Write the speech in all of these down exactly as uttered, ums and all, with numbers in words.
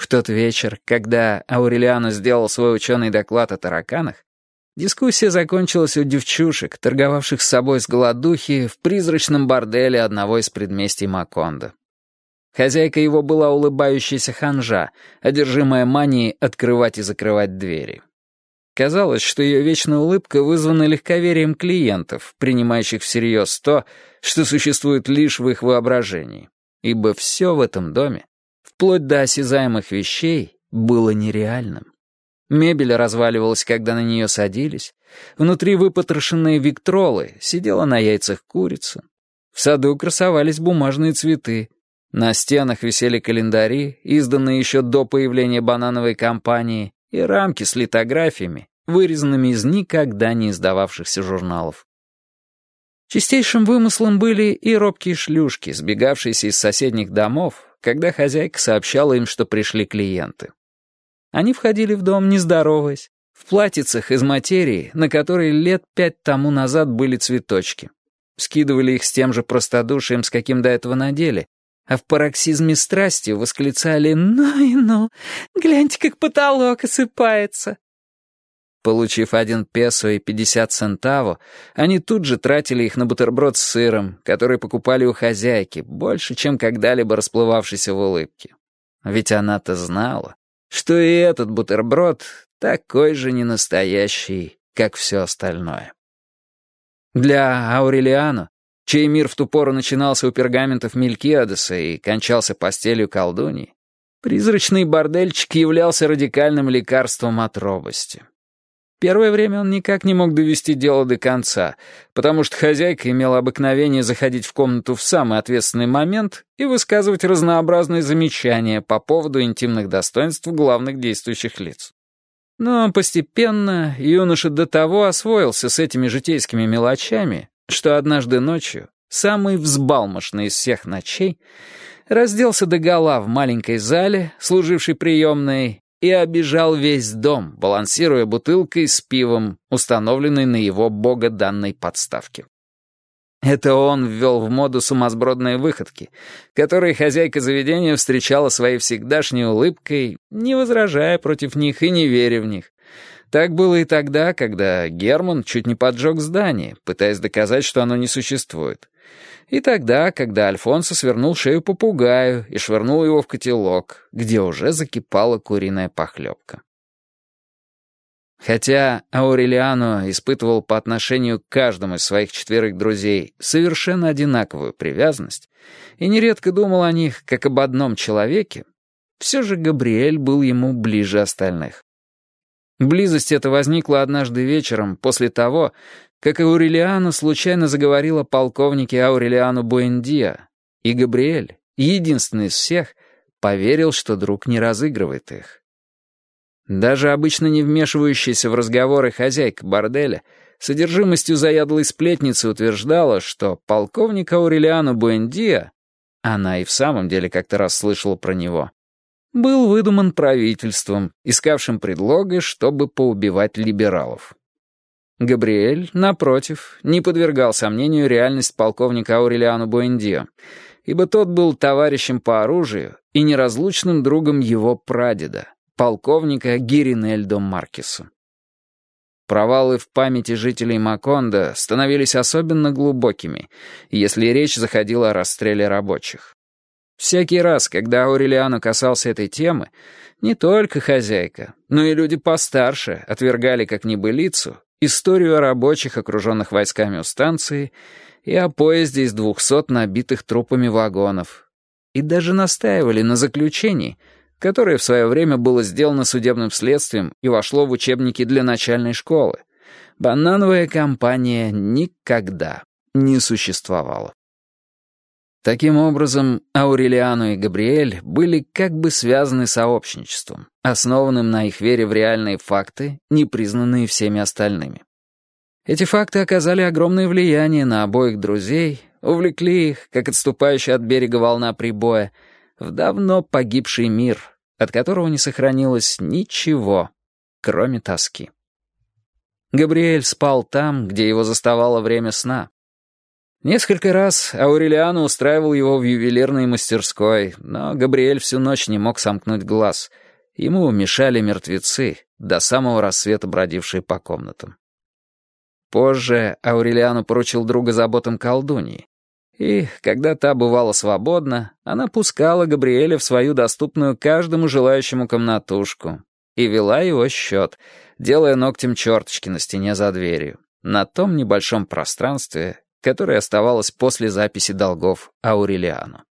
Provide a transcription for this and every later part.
тот вечер, когда Аурелиано сделал свой ученый доклад о тараканах, дискуссия закончилась у девчушек, торговавших с собой с голодухи в призрачном борделе одного из предместий Макондо. Хозяйка его была улыбающаяся ханжа, одержимая манией открывать и закрывать двери. Казалось, что ее вечная улыбка вызвана легковерием клиентов, принимающих всерьез то, что существует лишь в их воображении, ибо все в этом доме, вплоть до осязаемых вещей, было нереальным. Мебель разваливалась, когда на нее садились, внутри выпотрошенные виктролы, сидела на яйцах курица, в саду красовались бумажные цветы, на стенах висели календари, изданные еще до появления банановой компании, и рамки с литографиями, вырезанными из никогда не издававшихся журналов. Чистейшим вымыслом были и робкие шлюшки, сбегавшиеся из соседних домов, когда хозяйка сообщала им, что пришли клиенты. Они входили в дом, не здороваясь, в платьицах из материи, на которой лет пять тому назад были цветочки. Скидывали их с тем же простодушием, с каким до этого надели, а в пароксизме страсти восклицали «Ну и ну, гляньте, как потолок осыпается». Получив один песо и пятьдесят центаво, они тут же тратили их на бутерброд с сыром, который покупали у хозяйки, больше, чем когда-либо расплывавшейся в улыбке. Ведь она-то знала, что и этот бутерброд такой же ненастоящий, как все остальное. Для Аурелиано, чей мир в ту пору начинался у пергаментов Мелькиадеса и кончался постелью колдуньи, призрачный бордельчик являлся радикальным лекарством от робости. Первое время он никак не мог довести дело до конца, потому что хозяйка имела обыкновение заходить в комнату в самый ответственный момент и высказывать разнообразные замечания по поводу интимных достоинств главных действующих лиц. Но постепенно юноша до того освоился с этими житейскими мелочами, что однажды ночью, самый взбалмошный из всех ночей, разделся догола в маленькой зале, служившей приемной, и обежал весь дом, балансируя бутылкой с пивом, установленной на его богоданной подставке. Это он ввел в моду сумасбродные выходки, которые хозяйка заведения встречала своей всегдашней улыбкой, не возражая против них и не веря в них. Так было и тогда, когда Герман чуть не поджег здание, пытаясь доказать, что оно не существует. И тогда, когда Альфонсо свернул шею попугаю и швырнул его в котелок, где уже закипала куриная похлебка. Хотя Аурелиано испытывал по отношению к каждому из своих четверых друзей совершенно одинаковую привязанность и нередко думал о них как об одном человеке, все же Габриэль был ему ближе остальных. Близость эта возникла однажды вечером после того, как Аурелиано случайно заговорил о полковнике Аурелиано Буэндиа, и Габриэль, единственный из всех, поверил, что друг не разыгрывает их. Даже обычно не вмешивающаяся в разговоры хозяйка борделя с содержимостью заядлой сплетницы утверждала, что полковник Аурелиано Буэндиа, она и в самом деле как-то раз слышала про него, был выдуман правительством, искавшим предлога, чтобы поубивать либералов. Габриэль, напротив, не подвергал сомнению реальность полковника Аурелиано Буэндиа, ибо тот был товарищем по оружию и неразлучным другом его прадеда, полковника Гиринельдо Маркеса. Провалы в памяти жителей Макондо становились особенно глубокими, если речь заходила о расстреле рабочих. Всякий раз, когда Аурелиано касался этой темы, не только хозяйка, но и люди постарше отвергали как небылицу историю о рабочих, окруженных войсками у станции, и о поезде из двухсот набитых трупами вагонов, и даже настаивали на заключении, которое в свое время было сделано судебным следствием и вошло в учебники для начальной школы. Банановая компания никогда не существовала. Таким образом, Аурелиано и Габриэль были как бы связаны сообщничеством, основанным на их вере в реальные факты, не признанные всеми остальными. Эти факты оказали огромное влияние на обоих друзей, увлекли их, как отступающая от берега волна прибоя, в давно погибший мир, от которого не сохранилось ничего, кроме тоски. Габриэль спал там, где его заставало время сна. Несколько раз Аурелиано устраивал его в ювелирной мастерской, но Габриэль всю ночь не мог сомкнуть глаз. Ему мешали мертвецы, до самого рассвета бродившие по комнатам. Позже Аурелиано поручил друга заботам колдуньи, и, когда та бывала свободна, она пускала Габриэля в свою доступную каждому желающему комнатушку и вела его счет, делая ногтем черточки на стене за дверью, на том небольшом пространстве, которое оставалось после записи долгов Аурелиано.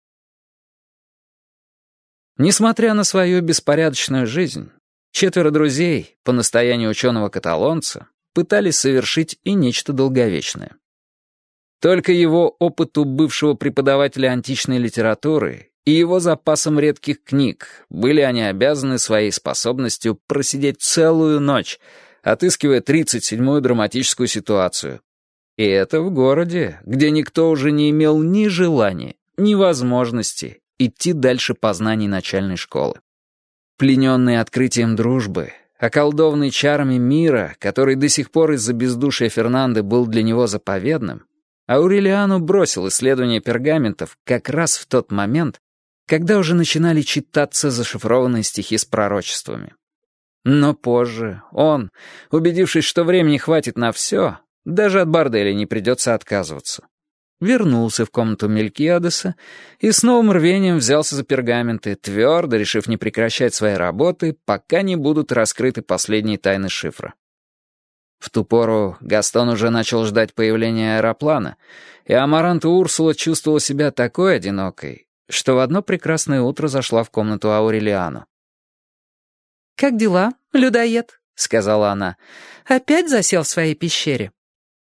Несмотря на свою беспорядочную жизнь, четверо друзей, по настоянию ученого-каталонца, пытались совершить и нечто долговечное. Только его опыту бывшего преподавателя античной литературы и его запасам редких книг были они обязаны своей способностью просидеть целую ночь, отыскивая тридцать седьмую драматическую ситуацию. И это в городе, где никто уже не имел ни желания, ни возможности идти дальше познаний начальной школы. Плененный открытием дружбы, околдованный чарами мира, который до сих пор из-за бездушия Фернандо был для него заповедным, Аурелиано бросил исследование пергаментов как раз в тот момент, когда уже начинали читаться зашифрованные стихи с пророчествами. Но позже он, убедившись, что времени хватит на все, даже от борделя не придется отказываться, вернулся в комнату Мелькиадеса и с новым рвением взялся за пергаменты, твердо решив не прекращать своей работы, пока не будут раскрыты последние тайны шифра. В ту пору Гастон уже начал ждать появления аэроплана, и Амаранта Урсула чувствовала себя такой одинокой, что в одно прекрасное утро зашла в комнату Аурелиано. «Как дела, людоед?» — сказала она. «Опять засел в своей пещере?»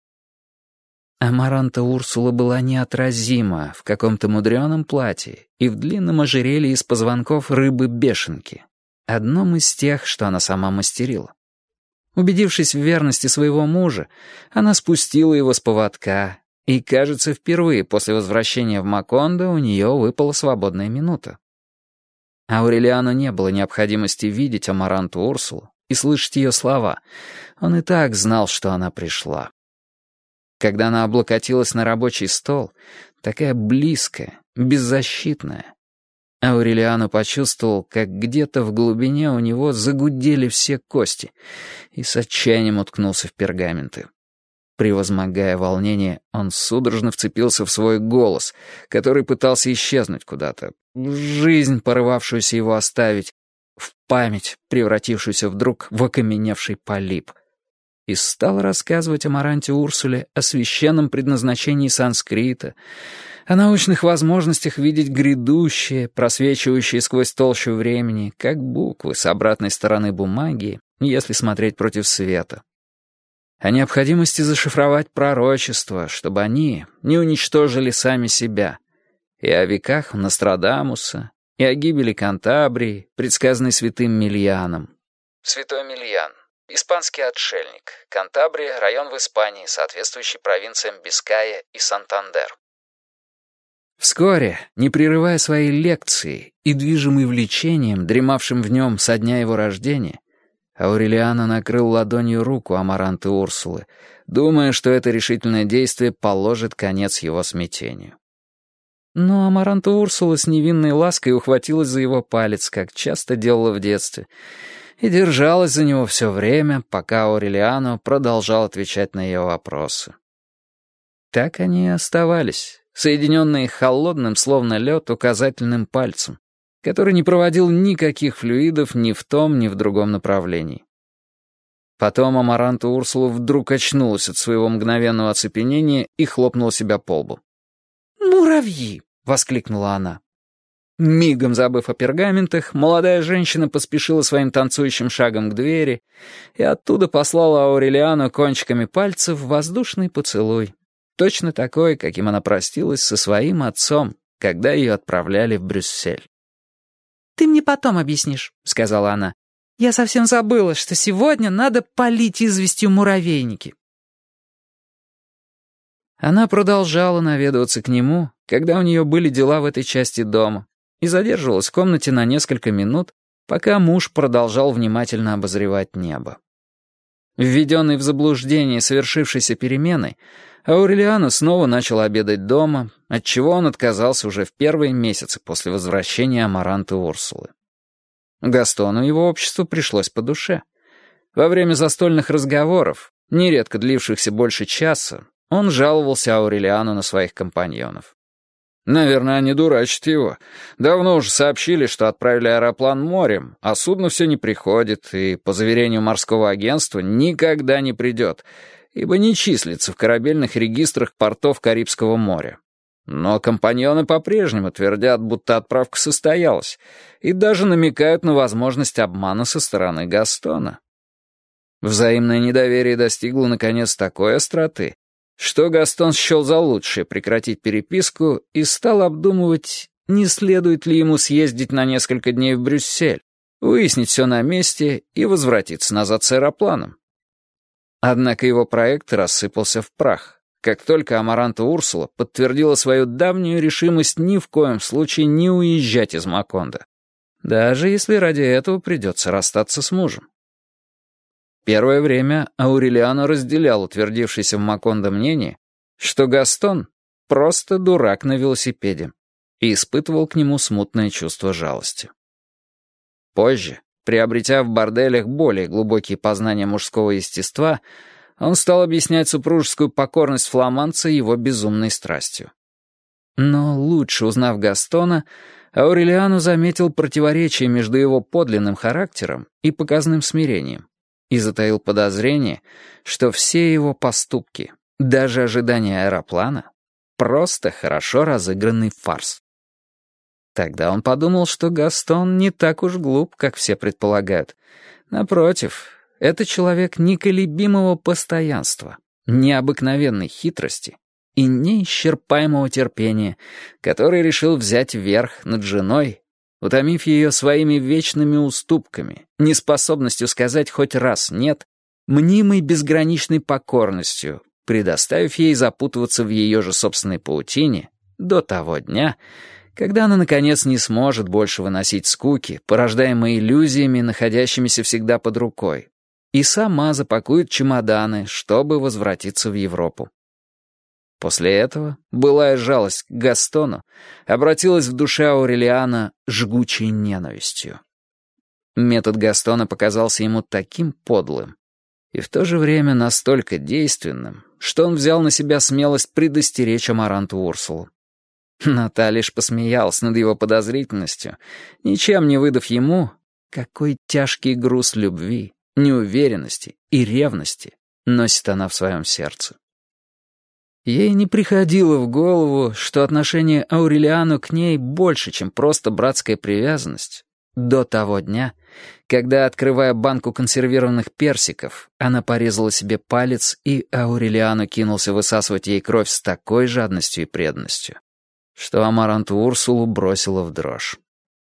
Амаранта Урсула была неотразима в каком-то мудреном платье и в длинном ожерелье из позвонков рыбы-бешенки, одном из тех, что она сама мастерила. Убедившись в верности своего мужа, она спустила его с поводка, и, кажется, впервые после возвращения в Макондо у нее выпала свободная минута. Аурелиано не было необходимости видеть Амаранту Урсулу и слышать ее слова. Он и так знал, что она пришла. Когда она облокотилась на рабочий стол, такая близкая, беззащитная, Аурелиано почувствовал, как где-то в глубине у него загудели все кости, и с отчаянием уткнулся в пергаменты. Превозмогая волнение, он судорожно вцепился в свой голос, который пытался исчезнуть куда-то, в жизнь, порывавшуюся его оставить, в память, превратившуюся вдруг в окаменевший полип, и стал рассказывать Амаранте Урсуле о священном предназначении санскрита, о научных возможностях видеть грядущее, просвечивающее сквозь толщу времени, как буквы с обратной стороны бумаги, если смотреть против света. О необходимости зашифровать пророчества, чтобы они не уничтожили сами себя, и о веках Нострадамуса, и о гибели Кантабрии, предсказанной святым Мильяном. Святой Мильян. Испанский отшельник. Кантабрия — район в Испании, соответствующий провинциям Бискайя и Сантандер. Вскоре, не прерывая своей лекции и движимый влечением, дремавшим в нем со дня его рождения, Аурелиано накрыл ладонью руку Амаранты Урсулы, думая, что это решительное действие положит конец его смятению. Но Амаранта Урсула с невинной лаской ухватилась за его палец, как часто делала в детстве, и держалась за него все время, пока Аурелиано продолжал отвечать на ее вопросы. Так они и оставались, соединенные холодным, словно лед, указательным пальцем, который не проводил никаких флюидов ни в том, ни в другом направлении. Потом Амаранта Урсула вдруг очнулась от своего мгновенного оцепенения и хлопнула себя по лбу. «Муравьи!» — воскликнула она. Мигом забыв о пергаментах, молодая женщина поспешила своим танцующим шагом к двери и оттуда послала Аурелиано кончиками пальцев воздушный поцелуй, точно такой, каким она простилась со своим отцом, когда ее отправляли в Брюссель. «Ты мне потом объяснишь», — сказала она. «Я совсем забыла, что сегодня надо полить известью муравейники». Она продолжала наведываться к нему, когда у нее были дела в этой части дома, и задерживалась в комнате на несколько минут, пока муж продолжал внимательно обозревать небо. Введенный в заблуждение совершившейся переменой, Аурелиано снова начал обедать дома, отчего он отказался уже в первые месяцы после возвращения Амаранты Урсулы. Гастону его общество пришлось по душе. Во время застольных разговоров, нередко длившихся больше часа, он жаловался Аурелиану на своих компаньонов. «Наверное, они дурачат его. Давно уже сообщили, что отправили аэроплан морем, а судно все не приходит, и, по заверению морского агентства, никогда не придет, ибо не числится в корабельных регистрах портов Карибского моря. Но компаньоны по-прежнему твердят, будто отправка состоялась, и даже намекают на возможность обмана со стороны Гастона». Взаимное недоверие достигло, наконец, такой остроты, что Гастон счел за лучшее прекратить переписку и стал обдумывать, не следует ли ему съездить на несколько дней в Брюссель, выяснить все на месте и возвратиться назад с аэропланом. Однако его проект рассыпался в прах, как только Амаранта Урсула подтвердила свою давнюю решимость ни в коем случае не уезжать из Макондо, даже если ради этого придется расстаться с мужем. Первое время Аурелиано разделял утвердившееся в Макондо мнение, что Гастон — просто дурак на велосипеде, и испытывал к нему смутное чувство жалости. Позже, приобретя в борделях более глубокие познания мужского естества, он стал объяснять супружескую покорность фламандца его безумной страстью. Но лучше узнав Гастона, Аурелиано заметил противоречие между его подлинным характером и показным смирением, и затаил подозрение, что все его поступки, даже ожидания аэроплана, просто хорошо разыгранный фарс. Тогда он подумал, что Гастон не так уж глуп, как все предполагают. Напротив, это человек неколебимого постоянства, необыкновенной хитрости и неисчерпаемого терпения, который решил взять верх над женой, утомив ее своими вечными уступками, неспособностью сказать хоть раз «нет», мнимой безграничной покорностью, предоставив ей запутываться в ее же собственной паутине до того дня, когда она, наконец, не сможет больше выносить скуки, порождаемой иллюзиями, находящимися всегда под рукой, и сама запакует чемоданы, чтобы возвратиться в Европу. После этого былая жалость к Гастону обратилась в душе Аурелиано жгучей ненавистью. Метод Гастона показался ему таким подлым и в то же время настолько действенным, что он взял на себя смелость предостеречь Амаранту Урсулу. Но та лишь посмеялась над его подозрительностью, ничем не выдав ему, какой тяжкий груз любви, неуверенности и ревности носит она в своем сердце. Ей не приходило в голову, что отношение Аурелиано к ней больше, чем просто братская привязанность, до того дня, когда, открывая банку консервированных персиков, она порезала себе палец, и Аурелиано кинулся высасывать ей кровь с такой жадностью и преданностью, что Амаранту Урсулу бросила в дрожь.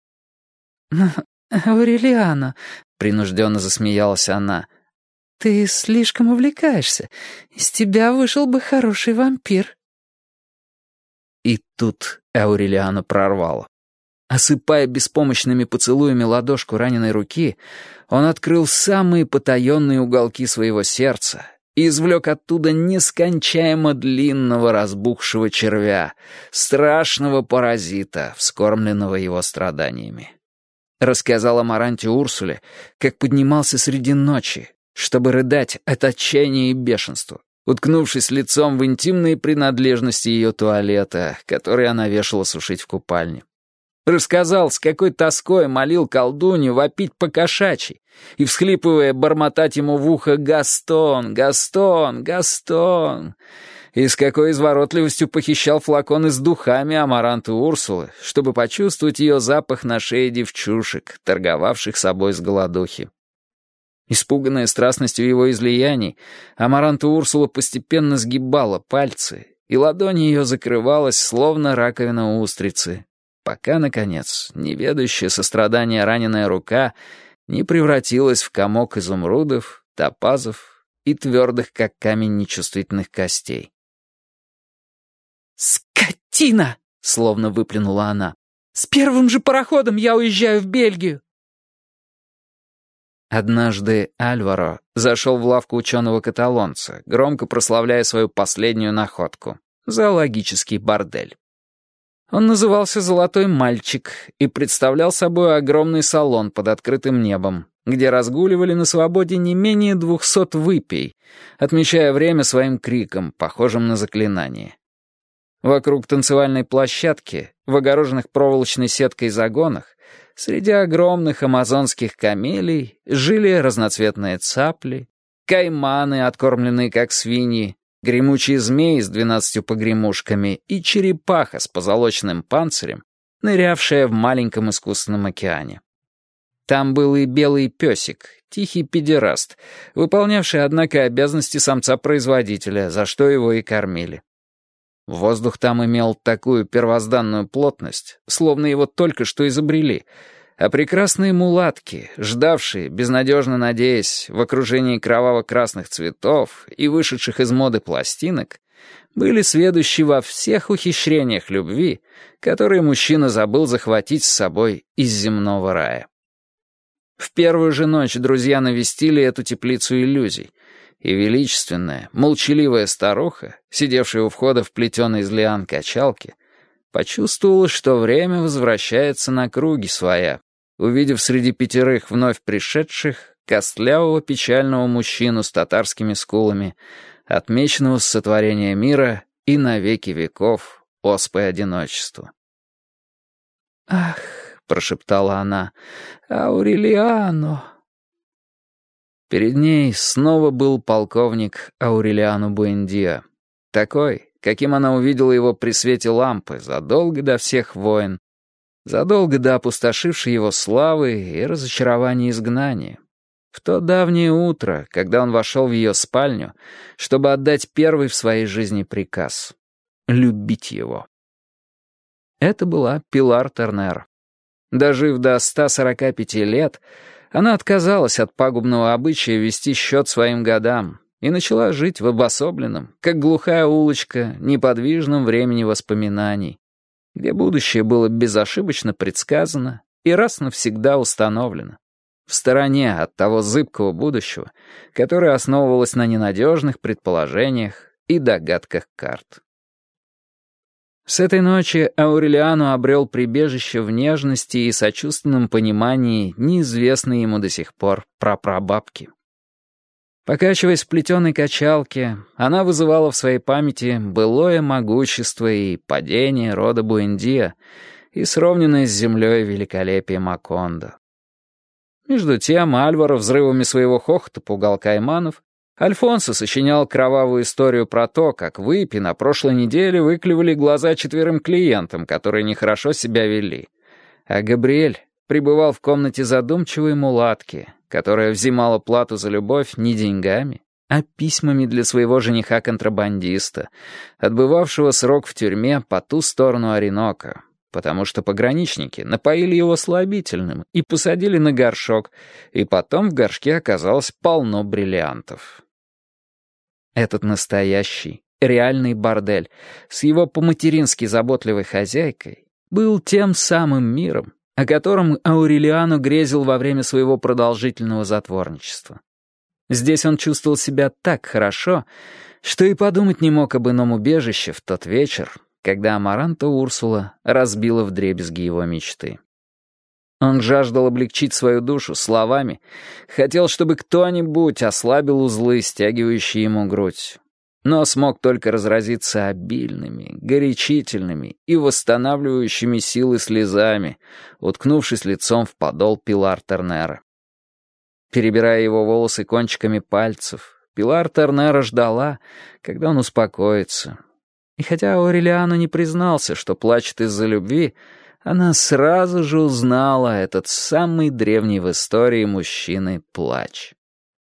«Аурелиано», — принужденно засмеялась она, — «ты слишком увлекаешься. Из тебя вышел бы хороший вампир». И тут Аурелиано прорвало. Осыпая беспомощными поцелуями ладошку раненой руки, он открыл самые потаенные уголки своего сердца и извлек оттуда нескончаемо длинного разбухшего червя, страшного паразита, вскормленного его страданиями. Рассказал Амаранте Урсуле, как поднимался среди ночи, чтобы рыдать от отчаяния и бешенства, уткнувшись лицом в интимные принадлежности ее туалета, которые она вешала сушить в купальне. Рассказал, с какой тоской молил колдунью вопить по-кошачьи и, всхлипывая, бормотать ему в ухо «Гастон! Гастон! Гастон!» и с какой изворотливостью похищал флаконы с духами Амаранты Урсулы, чтобы почувствовать ее запах на шее девчушек, торговавших собой с голодухи. Испуганная страстностью его излияний, Амаранта Урсула постепенно сгибала пальцы, и ладонь ее закрывалась, словно раковина устрицы, пока, наконец, неведающая сострадания раненая рука не превратилась в комок изумрудов, топазов и твердых, как камень, нечувствительных костей. «Скотина!» — словно выплюнула она. «С первым же пароходом я уезжаю в Бельгию!» Однажды Альваро зашел в лавку ученого-каталонца, громко прославляя свою последнюю находку — зоологический бордель. Он назывался «Золотой мальчик» и представлял собой огромный салон под открытым небом, где разгуливали на свободе не менее двухсот выпей, отмечая время своим криком, похожим на заклинание. Вокруг танцевальной площадки, в огороженных проволочной сеткой загонах, среди огромных амазонских камелий жили разноцветные цапли, кайманы, откормленные как свиньи, гремучие змеи с двенадцатью погремушками и черепаха с позолоченным панцирем, нырявшая в маленьком искусственном океане. Там был и белый песик, тихий педераст, выполнявший, однако, обязанности самца-производителя, за что его и кормили. Воздух там имел такую первозданную плотность, словно его только что изобрели, а прекрасные мулатки, ждавшие, безнадежно надеясь, в окружении кроваво-красных цветов и вышедших из моды пластинок, были сведущи во всех ухищрениях любви, которые мужчина забыл захватить с собой из земного рая. В первую же ночь друзья навестили эту теплицу иллюзий, и величественная, молчаливая старуха, сидевшая у входа в плетеной из лиан качалке, почувствовала, что время возвращается на круги своя, увидев среди пятерых вновь пришедших костлявого печального мужчину с татарскими скулами, отмеченного с сотворения мира и навеки веков оспой одиночества. «Ах!» — прошептала она, — «Аурелиано!» Перед ней снова был полковник Аурелиано Буэндиа, такой, каким она увидела его при свете лампы задолго до всех войн, задолго до опустошившей его славы и разочарования изгнания. В то давнее утро, когда он вошел в ее спальню, чтобы отдать первый в своей жизни приказ — любить его. Это была Пилар Тернер. Дожив до ста сорока пяти лет, она отказалась от пагубного обычая вести счет своим годам и начала жить в обособленном, как глухая улочка, неподвижном времени воспоминаний, где будущее было безошибочно предсказано и раз навсегда установлено, в стороне от того зыбкого будущего, которое основывалось на ненадежных предположениях и догадках карт. С этой ночи Аурелиано обрел прибежище в нежности и сочувственном понимании неизвестной ему до сих пор прапрабабки. Покачиваясь в плетеной качалке, она вызывала в своей памяти былое могущество и падение рода Буэндиа и сровненное с землей великолепие Макондо. Между тем Альваро взрывами своего хохота пугал кайманов, Альфонсо сочинял кровавую историю про то, как выпи на прошлой неделе выклевали глаза четверым клиентам, которые нехорошо себя вели. А Габриэль пребывал в комнате задумчивой мулатки, которая взимала плату за любовь не деньгами, а письмами для своего жениха-контрабандиста, отбывавшего срок в тюрьме по ту сторону Оренока, потому что пограничники напоили его слабительным и посадили на горшок, и потом в горшке оказалось полно бриллиантов. Этот настоящий, реальный бордель с его по-матерински заботливой хозяйкой был тем самым миром, о котором Аурелиано грезил во время своего продолжительного затворничества. Здесь он чувствовал себя так хорошо, что и подумать не мог об ином убежище в тот вечер, когда Амаранта Урсула разбила вдребезги его мечты. Он жаждал облегчить свою душу словами, хотел, чтобы кто-нибудь ослабил узлы, стягивающие ему грудь, но смог только разразиться обильными, горячительными и восстанавливающими силы слезами, уткнувшись лицом в подол Пилар Тернера. Перебирая его волосы кончиками пальцев, Пилар Тернера ждала, когда он успокоится. И хотя Аурелиано не признался, что плачет из-за любви, она сразу же узнала этот самый древний в истории мужчины плач.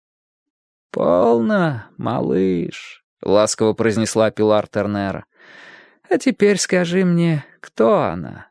«Полно, малыш», — ласково произнесла Пилар Тернера. «А теперь скажи мне, кто она?»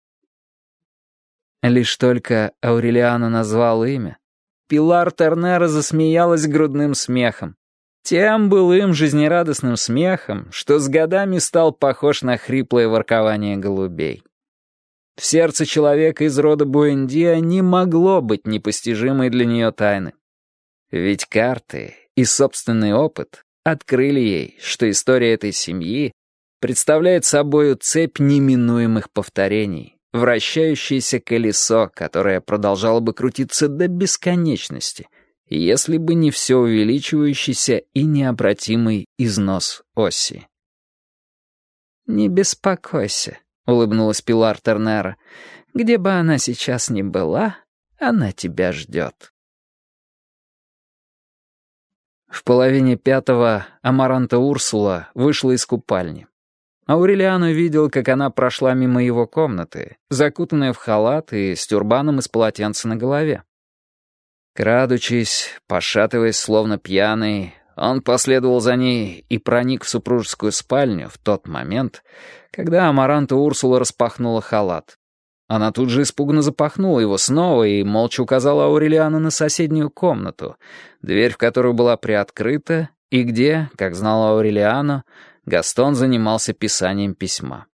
Лишь только Аурелиано назвал имя, Пилар Тернера засмеялась грудным смехом. Тем былым жизнерадостным смехом, что с годами стал похож на хриплое воркование голубей. В сердце человека из рода Буэндиа не могло быть непостижимой для нее тайны. Ведь карты и собственный опыт открыли ей, что история этой семьи представляет собою цепь неминуемых повторений, вращающееся колесо, которое продолжало бы крутиться до бесконечности, если бы не все увеличивающийся и необратимый износ оси. «Не беспокойся», — улыбнулась Пилар Тернера. «Где бы она сейчас ни была, она тебя ждет». В половине пятого Амаранта Урсула вышла из купальни. Аурелиано видел, как она прошла мимо его комнаты, закутанная в халат и с тюрбаном из полотенца на голове. Крадучись, пошатываясь словно пьяный, он последовал за ней и проник в супружескую спальню в тот момент, когда Амаранта Урсула распахнула халат. Она тут же испуганно запахнула его снова и молча указала Аурелиано на соседнюю комнату, дверь в которую была приоткрыта, и где, как знал Аурелиано, Гастон занимался писанием письма.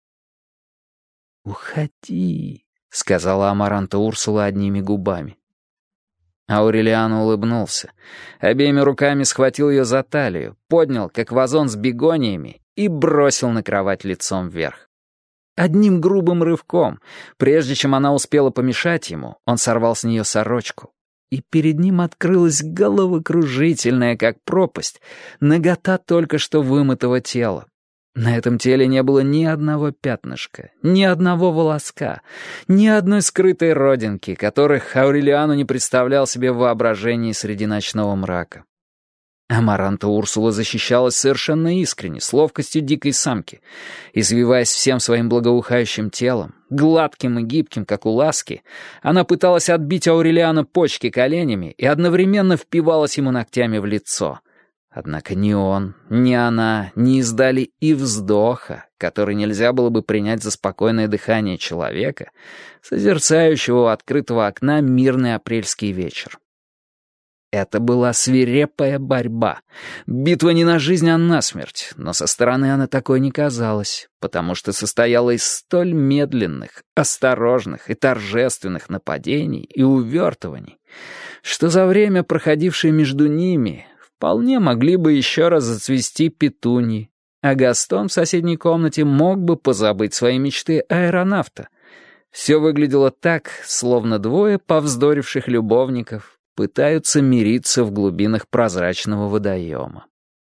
«Уходи», — сказала Амаранта Урсула одними губами. Аурелиано улыбнулся, обеими руками схватил ее за талию, поднял, как вазон с бегониями, и бросил на кровать лицом вверх. Одним грубым рывком, прежде чем она успела помешать ему, он сорвал с нее сорочку, и перед ним открылась головокружительная, как пропасть, нагота только что вымытого тела. На этом теле не было ни одного пятнышка, ни одного волоска, ни одной скрытой родинки, которых Аурелиано не представлял себе в воображении среди ночного мрака. Амаранта Урсула защищалась совершенно искренне, с ловкостью дикой самки, извиваясь всем своим благоухающим телом, гладким и гибким, как у ласки, она пыталась отбить Аурелиано почки коленями и одновременно впивалась ему ногтями в лицо. Однако ни он, ни она не издали и вздоха, который нельзя было бы принять за спокойное дыхание человека, созерцающего у открытого окна мирный апрельский вечер. Это была свирепая борьба. Битва не на жизнь, а на смерть. Но со стороны она такой не казалась, потому что состояла из столь медленных, осторожных и торжественных нападений и увертываний, что за время, проходившее между ними, вполне могли бы еще раз зацвести петуньи, а Гастон в соседней комнате мог бы позабыть свои мечты аэронавта. Все выглядело так, словно двое повздоривших любовников пытаются мириться в глубинах прозрачного водоема.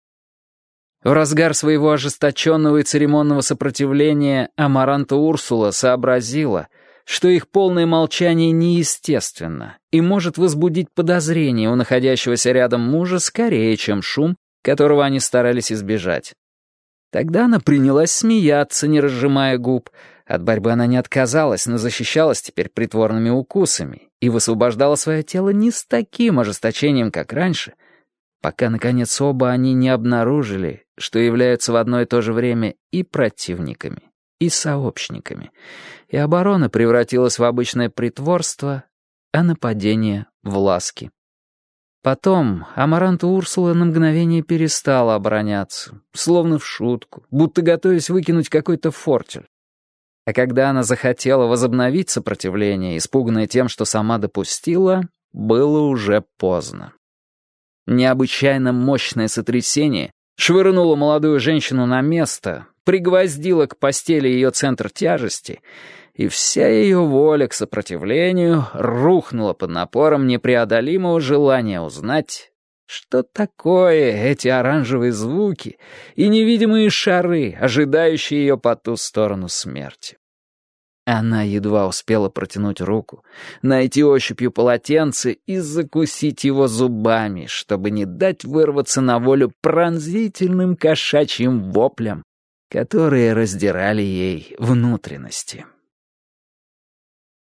В разгар своего ожесточенного и церемонного сопротивления Амаранта Урсула сообразила, что их полное молчание неестественно и может возбудить подозрение у находящегося рядом мужа скорее, чем шум, которого они старались избежать. Тогда она принялась смеяться, не разжимая губ. От борьбы она не отказалась, но защищалась теперь притворными укусами и высвобождала свое тело не с таким ожесточением, как раньше, пока, наконец, оба они не обнаружили, что являются в одно и то же время и противниками, и сообщниками, и оборона превратилась в обычное притворство, а нападение — в ласки. Потом Амаранта Урсула на мгновение перестала обороняться, словно в шутку, будто готовясь выкинуть какой-то фортель. А когда она захотела возобновить сопротивление, испуганная тем, что сама допустила, было уже поздно. Необычайно мощное сотрясение швырнуло молодую женщину на место, пригвоздило к постели ее центр тяжести, и вся ее воля к сопротивлению рухнула под напором непреодолимого желания узнать, что такое эти оранжевые звуки и невидимые шары, ожидающие ее по ту сторону смерти. Она едва успела протянуть руку, найти ощупью полотенце и закусить его зубами, чтобы не дать вырваться на волю пронзительным кошачьим воплям, которые раздирали ей внутренности.